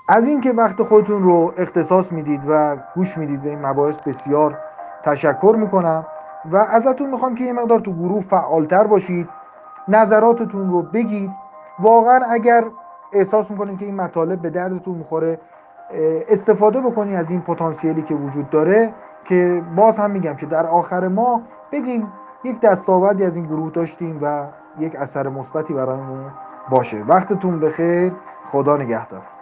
از این که وقت خودتون رو اختصاص میدید و گوش میدید به این مباحث بسیار تشکر میکنم و ازتون میخوام که یه مقدار تو گروه فعالتر باشید، نظراتتون رو بگید. واقعا اگر احساس میکنید که این مطالب به دردتون میخوره، استفاده بکنید از این پتانسیلی که وجود داره، که باز هم میگم که در آخر ما بگیم یک دستاوردی از این گروه داشتیم و یک اثر مثبتی برایمون باشه. وقتتون بخیر، خدا نگهدار.